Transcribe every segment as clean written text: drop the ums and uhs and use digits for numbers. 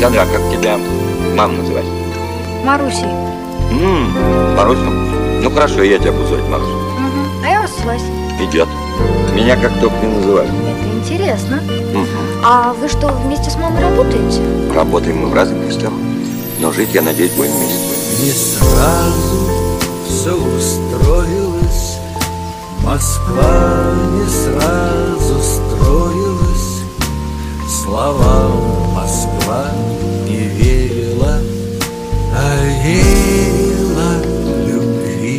Сандра, а как тебя маму называть? Марусей. Маруся? Ну хорошо, я тебя буду звать Маруся. А я вас Вася. Идет. Меня как только не называли. Это интересно. А вы что, вместе с мамой работаете? Работаем мы в разных местах, но жить, я надеюсь, будем вместе. Не сразу все устроилось, Москва не сразу строилась. Словам Москва не верила, а верила любви.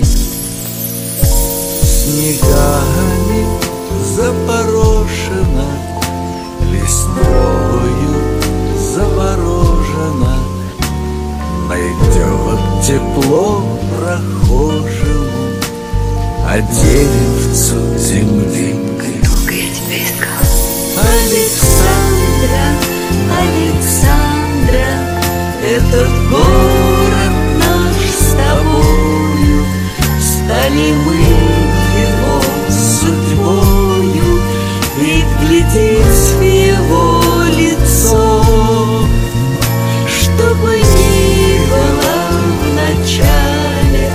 Снегами запорошена, листвою заворожена, найдет тепло прохожему, а деревцу земли. Долго я тебя искал. Александра, Александра, этот город наш с тобою, стали мы его судьбою, и вглядись в его лицо, чтобы ни было в начале,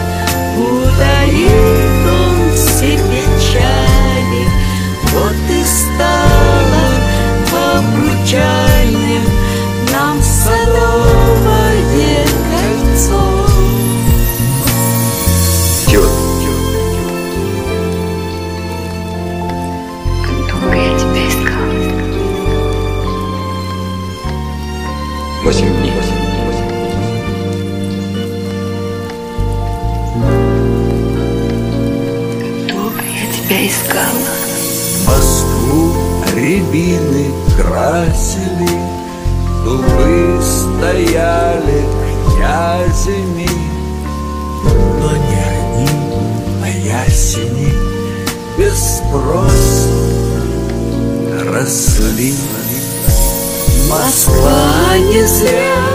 утаит он все печали. Вот и стало обручальным нам садовое кольцо. Чего? Как долго я тебя искал. 8 дней. Как долго я тебя искала. Москву рябины красили, дубы стояли князями, но не они, а ясени без спроса росли. Москва не зря